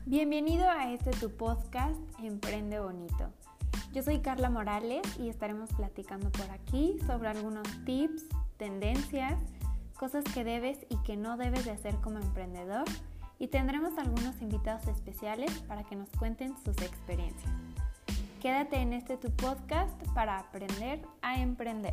Bienvenido a este tu podcast Emprende Bonito. Yo soy Carla Morales y estaremos platicando por aquí sobre algunos tips, tendencias, cosas que debes y que no debes de hacer como emprendedor, y tendremos algunos invitados especiales para que nos cuenten sus experiencias. Quédate en este tu podcast para aprender a emprender.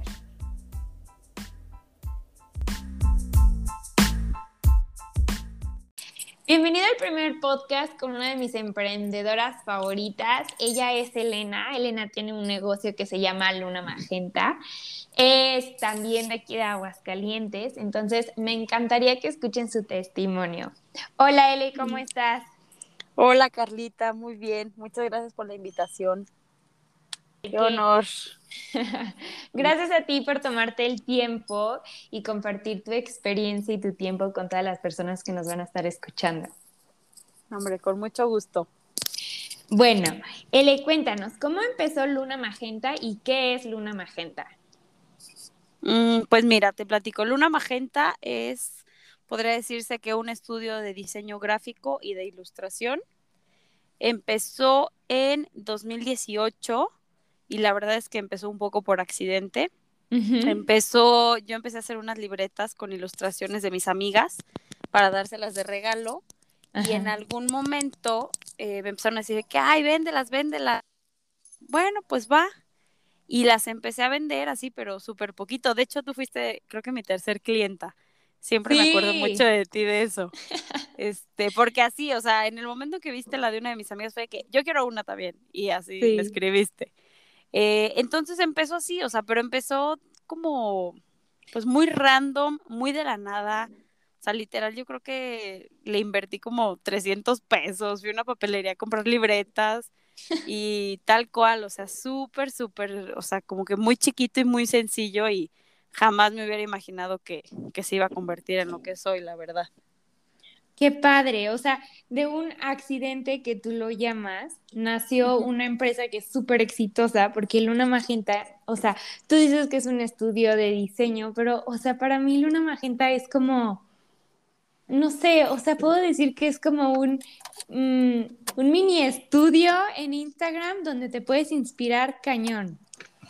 Bienvenido al primer podcast con una de mis emprendedoras favoritas. Ella es Elena. Elena tiene un negocio que se llama Luna Magenta. Es también de aquí de Aguascalientes, entonces me encantaría que escuchen su testimonio. Hola Eli, ¿cómo estás? Hola Carlita, muy bien. Muchas gracias por la invitación. Qué honor. Gracias a ti por tomarte el tiempo y compartir tu experiencia y tu tiempo con todas las personas que nos van a estar escuchando. Hombre, con mucho gusto. Bueno, Ele, cuéntanos, ¿cómo empezó Luna Magenta y qué es Luna Magenta? Pues mira, te platico. Luna Magenta podría decirse que un estudio de diseño gráfico y de ilustración. Empezó en 2018 y la verdad es que empezó un poco por accidente. Uh-huh. Yo empecé a hacer unas libretas con ilustraciones de mis amigas para dárselas de regalo. Y en Ajá. algún momento me empezaron a decir que, ay, véndelas, véndelas. Bueno, pues va. Y las empecé a vender así, pero súper poquito. De hecho, tú fuiste, creo que mi tercer clienta. Siempre me acuerdo mucho Sí. de ti de eso. Porque así, o sea, en el momento que viste la de una de mis amigas fue que yo quiero una también. Y así me Sí. escribiste. Entonces empezó así, o sea, pero empezó como, pues muy random, muy de la nada. O sea, literal, yo creo que le invertí como 300 pesos. Fui a una papelería a comprar libretas y tal cual, o sea, súper, o sea, como que muy chiquito y muy sencillo y jamás me hubiera imaginado que se iba a convertir en lo que soy, la verdad. Qué padre, o sea, de un accidente que tú lo llamas, nació Ujú. una empresa que es súper exitosa, porque Luna Magenta, o sea, tú dices que es un estudio de diseño, pero, o sea, para mí Luna Magenta es como, no sé, o sea, puedo decir que es como mm, un mini estudio en Instagram donde te puedes inspirar cañón.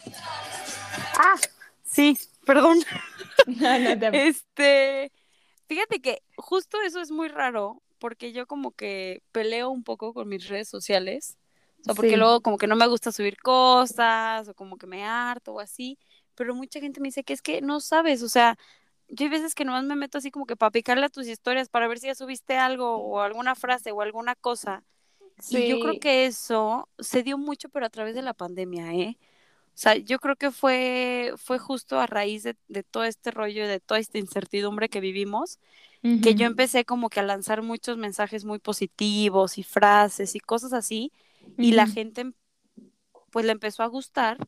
Ah, sí, perdón. No, no te... Este, Fíjate que justo eso es muy raro, porque yo como que peleo un poco con mis redes sociales, o sea, porque Sí, luego como que no me gusta subir cosas, o como que me harto o así, pero mucha gente me dice que es que no sabes, o sea, yo hay veces que nomás me meto así como que para picarle a tus historias, para ver si ya subiste algo, o alguna frase, o alguna cosa, y yo creo sí. que eso se dio mucho, pero a través de la pandemia, ¿eh? O sea, yo creo que fue justo a raíz de todo este rollo y de toda esta incertidumbre que vivimos que yo Ujú, empecé como que a lanzar muchos mensajes muy positivos y frases y cosas así, y la ujú. gente pues le empezó a gustar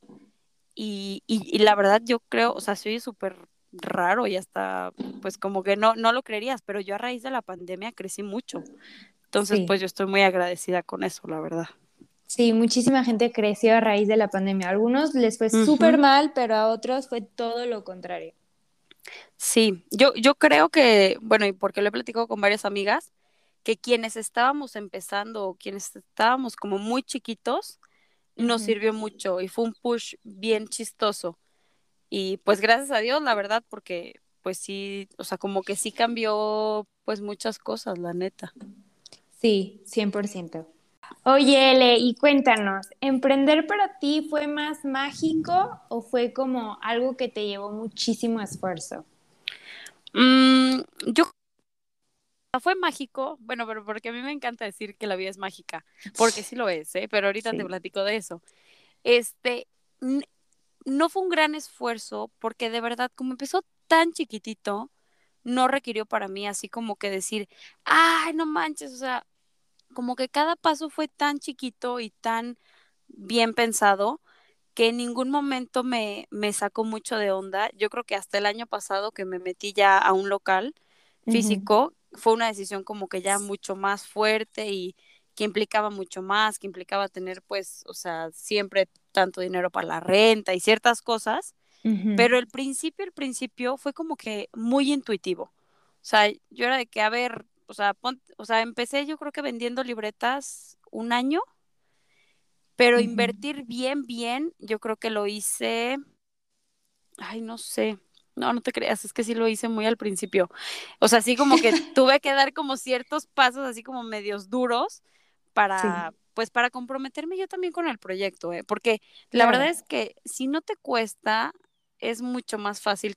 y la verdad yo creo, o sea, se oye súper raro y hasta pues como que no lo creerías, pero yo a raíz de la pandemia crecí mucho. Entonces pues Sí. yo estoy muy agradecida con eso, la verdad. Sí, muchísima gente creció a raíz de la pandemia. A algunos les fue súper Ujú. mal, pero a otros fue todo lo contrario. Sí, yo creo que, bueno, y porque lo he platicado con varias amigas, que quienes estábamos empezando o quienes estábamos como muy chiquitos, nos Ujú. sirvió mucho y fue un push bien chistoso. Y pues gracias a Dios, la verdad, porque pues sí, o sea, como que sí cambió pues muchas cosas, la neta. Sí, 100%. Oye, Ele, y cuéntanos, ¿emprender para ti fue más mágico o fue como algo que te llevó muchísimo esfuerzo? Yo fue mágico, bueno, pero porque a mí me encanta decir que la vida es mágica, porque sí lo es, ¿eh? Pero ahorita te Sí. platico de eso. Este, n- no fue un gran esfuerzo porque de verdad, como empezó tan chiquitito, no requirió para mí así como que decir, ay, no manches, o sea, como que cada paso fue tan chiquito y tan bien pensado que en ningún momento me sacó mucho de onda. Yo creo que hasta el año pasado que me metí ya a un local Ujú, físico, fue una decisión como que ya mucho más fuerte y que implicaba mucho más, que implicaba tener pues, o sea, siempre tanto dinero para la renta y ciertas cosas, ujú. pero el principio fue como que muy intuitivo. O sea, yo era de que, a ver, o sea, empecé yo creo que vendiendo libretas un año, pero Ujú. invertir bien, bien, yo creo que lo hice, ay, no sé. No, no te creas, es que sí lo hice muy al principio. O sea, sí como que tuve que dar como ciertos pasos así como medios duros Sí, para, pues para comprometerme yo también con el proyecto, ¿eh? Porque la verdad claro. es que si no te cuesta, es mucho más fácil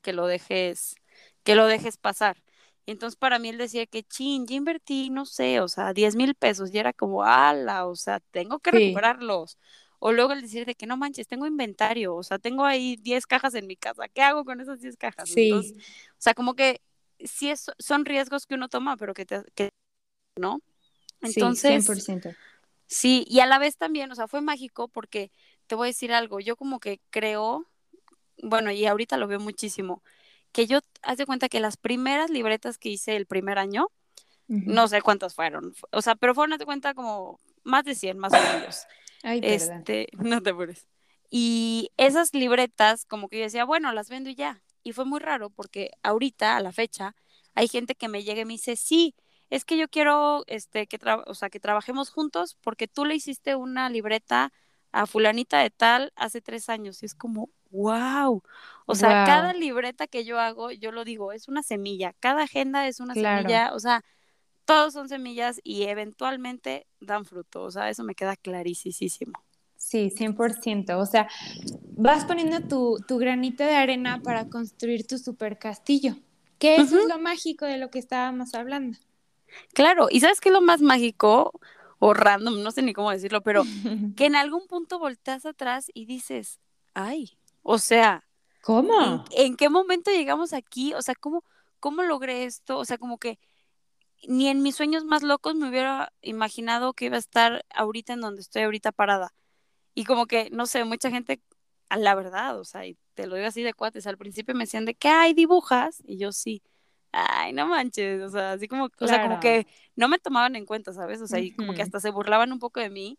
que lo dejes pasar. Y entonces para mí él decía que, chin, ya invertí, no sé, o sea, 10,000 pesos, y era como, ala, o sea, tengo que Sí, recuperarlos. O luego el decir de que no manches, tengo inventario, o sea, tengo ahí 10 cajas en mi casa, ¿qué hago con esas 10 cajas? Entonces, sí, o sea, como que sí son riesgos que uno toma, pero que ¿no? sí, cien por Entonces, ciento. sí, y a la vez también, o sea, fue mágico porque te voy a decir algo, yo como que creo, bueno, y ahorita lo veo muchísimo, que yo, haz de cuenta que las primeras libretas que hice el primer año, Ujú. no sé cuántas fueron, o sea, pero fueron, haz de cuenta, como más de 100 más o menos. Ay, perdón. No te apures. Y esas libretas, como que yo decía, bueno, las vendo y ya. Y fue muy raro porque ahorita, a la fecha, hay gente que me llega y me dice, sí, es que yo quiero o sea, que trabajemos juntos porque tú le hiciste una libreta a fulanita de tal hace 3 años. Y es como, wow. O sea, cada Wow, libreta que yo hago, yo lo digo, es una semilla. Cada agenda es una claro. semilla. O sea, todos son semillas y eventualmente dan fruto. O sea, eso me queda clarísimo. Sí, 100%. O sea, vas poniendo tu granito de arena para construir tu super castillo. Que eso Ujú, es lo mágico de lo que estábamos hablando. claro, ¿y sabes qué es lo más mágico o random? No sé ni cómo decirlo, pero que en algún punto volteas atrás y dices, ay, o sea, ¿Cómo? en qué momento llegamos aquí? O sea, ¿cómo logré esto? O sea, como que ni en mis sueños más locos me hubiera imaginado que iba a estar ahorita en donde estoy ahorita parada. Y como que, no sé, mucha gente, a la verdad, o sea, y te lo digo así de cuates, al principio me decían de que, ay, dibujas, y yo sí, ay, no manches, o sea, así como, o sea, como Claro. que no me tomaban en cuenta, ¿sabes? O sea, y como que Ujú. hasta se burlaban un poco de mí,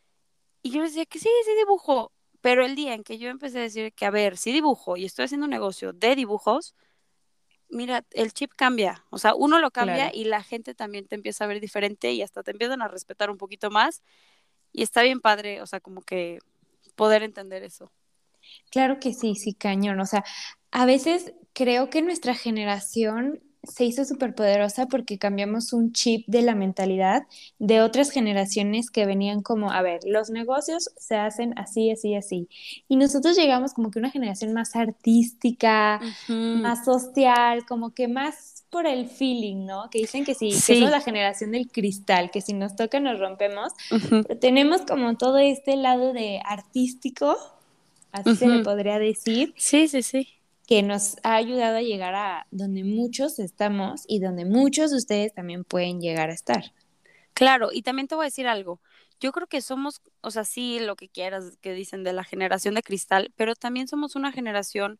y yo les decía que sí, sí dibujo, pero el día en que yo empecé a decir que, a ver, sí dibujo y estoy haciendo un negocio de dibujos, mira, el chip cambia, o sea, uno lo cambia Claro. y la gente también te empieza a ver diferente y hasta te empiezan a respetar un poquito más, y está bien padre, o sea, como que poder entender eso. Claro que sí, sí, cañón. O sea, a veces creo que nuestra generación se hizo superpoderosa porque cambiamos un chip de la mentalidad de otras generaciones que venían como, a ver, los negocios se hacen así, así, así. Y nosotros llegamos como que una generación más artística, Ujú. más social, como que más por el feeling, ¿no? Que dicen que sí, que somos Sí, la generación del cristal, que si nos toca nos rompemos, ujú, pero tenemos como todo este lado de artístico, así se le ujú. podría decir, Sí, sí, sí. que nos ha ayudado a llegar a donde muchos estamos y donde muchos de ustedes también pueden llegar a estar. Claro, y también te voy a decir algo. Yo creo que somos, o sea, sí, lo que quieras que dicen de la generación de cristal, pero también somos una generación,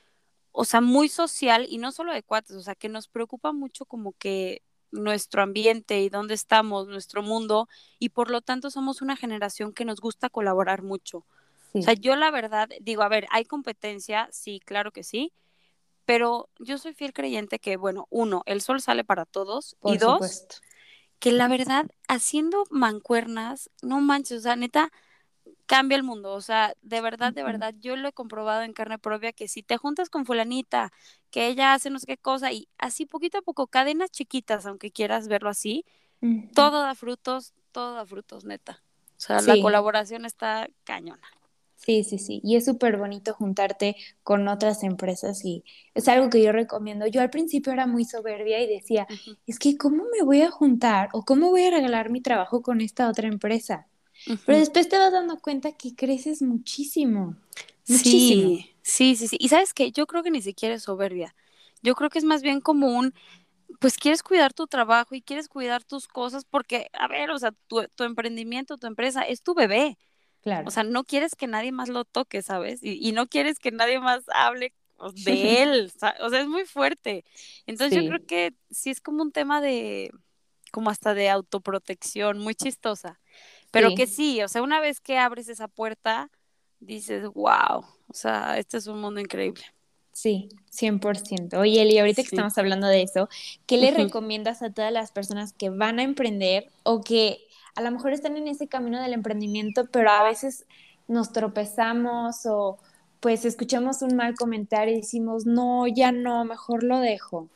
o sea, muy social y no solo de cuates, o sea, que nos preocupa mucho como que nuestro ambiente y dónde estamos, nuestro mundo, y por lo tanto somos una generación que nos gusta colaborar mucho. O sea, Sí, yo la verdad digo, a ver, ¿hay competencia? Sí, claro que sí, pero yo soy fiel creyente que, bueno, uno, el sol sale para todos y por dos, supuesto. que la verdad, haciendo mancuernas, no manches, o sea, neta, cambia el mundo. O sea, de Ujú, verdad, yo lo he comprobado en carne propia que si te juntas con fulanita, que ella hace no sé qué cosa, y así poquito a poco, cadenas chiquitas, aunque quieras verlo así, ujú. todo da frutos, neta. O sea, la Sí, colaboración está cañona. sí, sí, sí. Y es súper bonito juntarte con otras empresas y es algo que yo recomiendo. Yo al principio era muy soberbia y decía, Ujú, es que ¿cómo me voy a juntar o cómo voy a regalar mi trabajo con esta otra empresa? Pero ujú. después te vas dando cuenta que creces muchísimo, muchísimo. Sí, sí, sí, sí. Y sabes qué, yo creo que ni siquiera es soberbia. Yo creo que es más bien como pues quieres cuidar tu trabajo y quieres cuidar tus cosas porque, a ver, o sea, tu emprendimiento, tu empresa es tu bebé. O Claro. sea, no quieres que nadie más lo toque, ¿sabes? Y no quieres que nadie más hable de él. O sea, es muy fuerte. Entonces yo creo Sí, que sí es como un tema de, como hasta de autoprotección, muy chistosa. Pero que sí. sí, o sea, una vez que abres esa puerta, dices, wow, o sea, este es un mundo increíble. Sí, 100%. Oye, Eli, ahorita que Sí. estamos hablando de eso, ¿qué le Ujú. recomiendas a todas las personas que van a emprender o que a lo mejor están en ese camino del emprendimiento, pero a veces nos tropezamos o pues escuchamos un mal comentario y decimos, no, ya no, mejor lo dejo?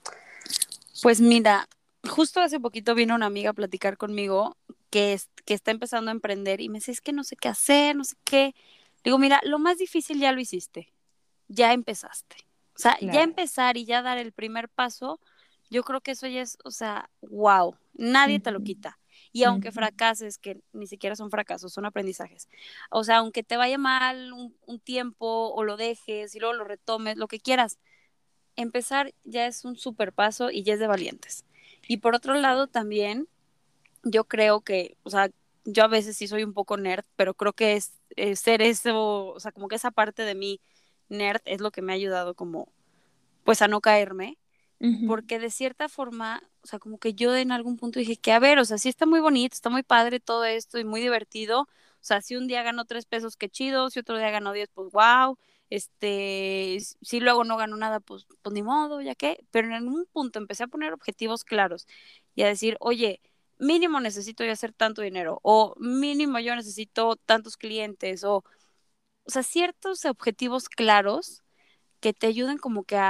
Pues mira, justo hace poquito vino una amiga a platicar conmigo que está empezando a emprender y me dice, es que no sé qué hacer, no sé qué. Digo, mira, lo más difícil ya lo hiciste, ya empezaste. O sea, ya Claro. empezar y ya dar el primer paso, yo creo que eso ya es, o sea, wow, nadie te lo Ujú, quita. Y aunque ujú. fracases, que ni siquiera son fracasos, son aprendizajes. O sea, aunque te vaya mal un tiempo o lo dejes y luego lo retomes, lo que quieras, empezar ya es un super paso y ya es de valientes. Y por otro Sí. lado, también yo creo que, o sea, yo a veces sí soy un poco nerd, pero creo que es ser eso, o sea, como que esa parte de mí nerd es lo que me ha ayudado como, pues a no caerme, Ujú, porque de cierta forma, o sea, como que yo en algún punto dije que, a ver, o sea, sí está muy bonito, está muy padre todo esto y muy divertido, o sea, si un día gano 3 pesos, qué chido, si otro día gano 10, pues wow, si luego no gano nada, pues ni modo, ya qué, pero en un punto empecé a poner objetivos claros y a decir, oye, mínimo necesito yo hacer tanto dinero, o mínimo yo necesito tantos clientes, o sea, ciertos objetivos claros que te ayuden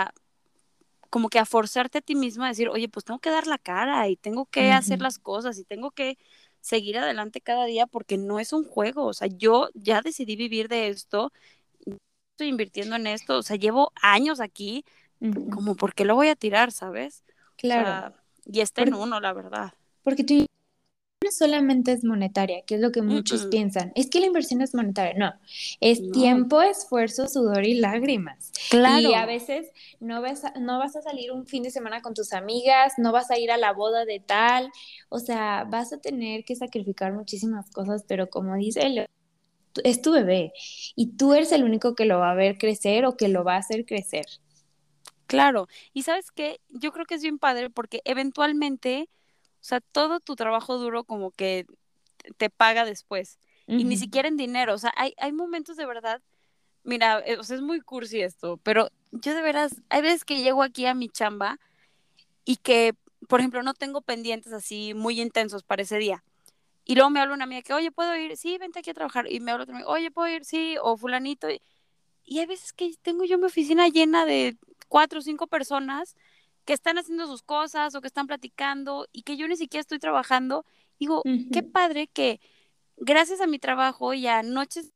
como que a forzarte a ti misma a decir, oye, pues tengo que dar la cara y tengo que hacer ujú. las cosas y tengo que seguir adelante cada día porque no es un juego, o sea, yo ya decidí vivir de esto, estoy invirtiendo en esto, o sea, llevo años aquí, Ujú. como por qué lo voy a tirar, ¿sabes? O Claro, sea, y está en por- uno, la verdad. porque tú no solamente es monetaria, que es lo que Mm, muchos mm, piensan. Es que la inversión es monetaria. No, es no, tiempo, esfuerzo, sudor y lágrimas. Y a claro, veces no vas a salir un fin de semana con tus amigas, no vas a ir a la boda de tal. O sea, vas a tener que sacrificar muchísimas cosas, pero como dice él, es tu bebé y tú eres el único que lo va a ver crecer o que lo va a hacer crecer. claro. Y sabes qué, yo creo que es bien padre porque eventualmente, o sea, todo tu trabajo duro como que te paga después. Y ni Ujú, siquiera en dinero. O sea, hay momentos de verdad. Mira, o sea, es muy cursi esto, pero yo de veras, hay veces que llego aquí a mi chamba y que, por ejemplo, no tengo pendientes así muy intensos para ese día. Y luego me habla una amiga que, oye, ¿puedo ir? Sí, vente aquí a trabajar. Y me habla otra amiga, oye, ¿puedo ir? Sí, o fulanito. Y hay veces que tengo yo mi oficina llena de 4 o 5 personas que están haciendo sus cosas o que están platicando y que yo ni siquiera estoy trabajando. Digo, qué ujú. padre que gracias a mi trabajo y a noches,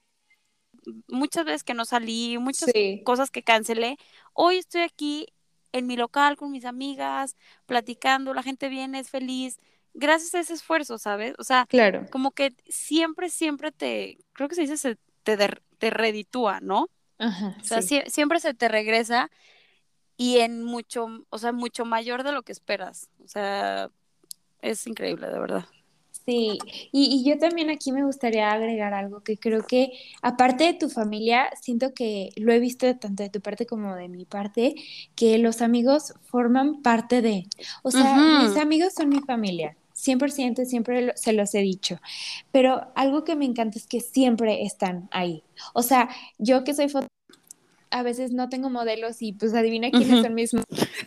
muchas veces que no salí, muchas Sí, cosas que cancelé, hoy estoy aquí en mi local con mis amigas, platicando, la gente viene, es feliz, gracias a ese esfuerzo, ¿sabes? O sea, claro. como que siempre, siempre creo que se dice, te reditúa, ¿no? Ajá, O sea, sí. siempre se te regresa y en mucho, o sea, mucho mayor de lo que esperas. O sea, es increíble, de verdad. Sí, y yo también aquí me gustaría agregar algo que creo que aparte de tu familia, siento que lo he visto tanto de tu parte como de mi parte, que los amigos forman parte de, o sea, mis Ujú. amigos son mi familia, 100%, siempre se los he dicho, pero algo que me encanta es que siempre están ahí. O sea, yo que soy fotógrafa, a veces no tengo modelos y pues adivina quiénes Ujú. son mis.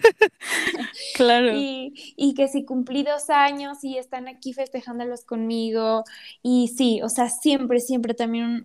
Claro. Y que si cumplí 2 años y están aquí festejándolos conmigo. Y sí, o sea, siempre, siempre también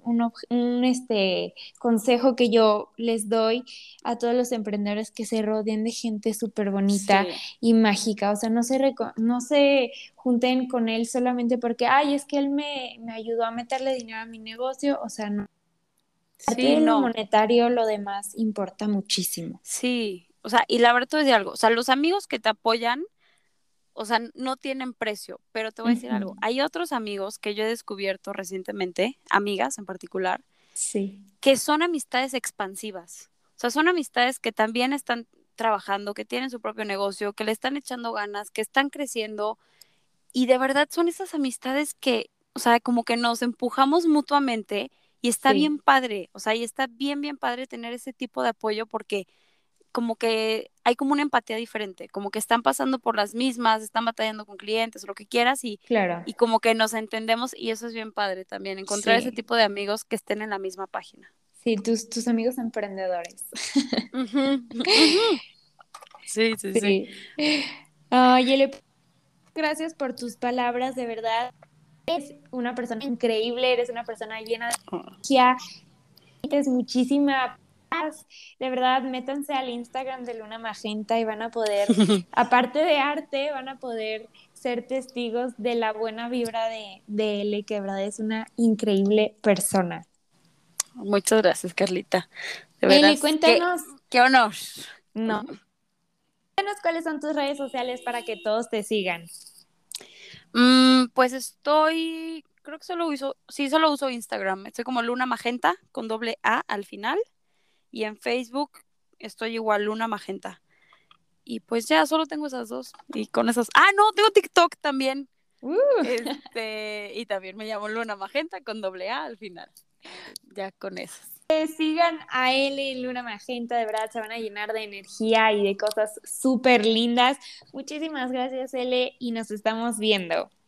consejo que yo les doy a todos los emprendedores que se rodeen de gente súper bonita Sí. y mágica. O sea, no se junten con él solamente porque, ay, es que él me ayudó a meterle dinero a mi negocio. O sea, no. Aparte Sí, de lo no. monetario, lo demás importa muchísimo. Sí. O sea, y la verdad te voy a decir algo. O sea, los amigos que te apoyan, o sea, no tienen precio, pero te voy a decir Ujú, algo. Hay otros amigos que yo he descubierto recientemente, amigas en particular, sí, que son amistades expansivas. O sea, son amistades que también están trabajando, que tienen su propio negocio, que le están echando ganas, que están creciendo. Y de verdad son esas amistades que, o sea, como que nos empujamos mutuamente y está bien sí. padre. O sea, y está bien, bien padre tener ese tipo de apoyo porque como que hay como una empatía diferente, como que están pasando por las mismas, están batallando con clientes o lo que quieras Claro, y como que nos entendemos y eso es bien padre también, encontrar ese sí, tipo de amigos que estén en la misma página. Sí, tus amigos emprendedores. Ujú, ujú. Sí, sí, sí. Sí. Oye, gracias por tus palabras, de verdad. Eres una persona increíble, eres una persona llena de energía, tienes muchísima paz. De verdad, métanse al Instagram de Luna Magenta y van a poder, aparte de arte, van a poder ser testigos de la buena vibra de L, que de verdad es una increíble persona. Muchas gracias, Carlita. De L, veras, cuéntanos, qué honor. no, cuéntanos cuáles son tus redes sociales para que todos te sigan. Pues creo que solo uso Instagram. Estoy como Luna Magenta con doble A al final. Y en Facebook estoy igual Luna Magenta. Y pues ya, solo tengo esas dos. Y con esas. Ah, no, tengo TikTok también. Uh. Y también me llamo Luna Magenta con doble A al final. Ya con esas. Sigan a L y Luna Magenta, de verdad se van a llenar de energía y de cosas súper lindas. Muchísimas gracias, L, y nos estamos viendo.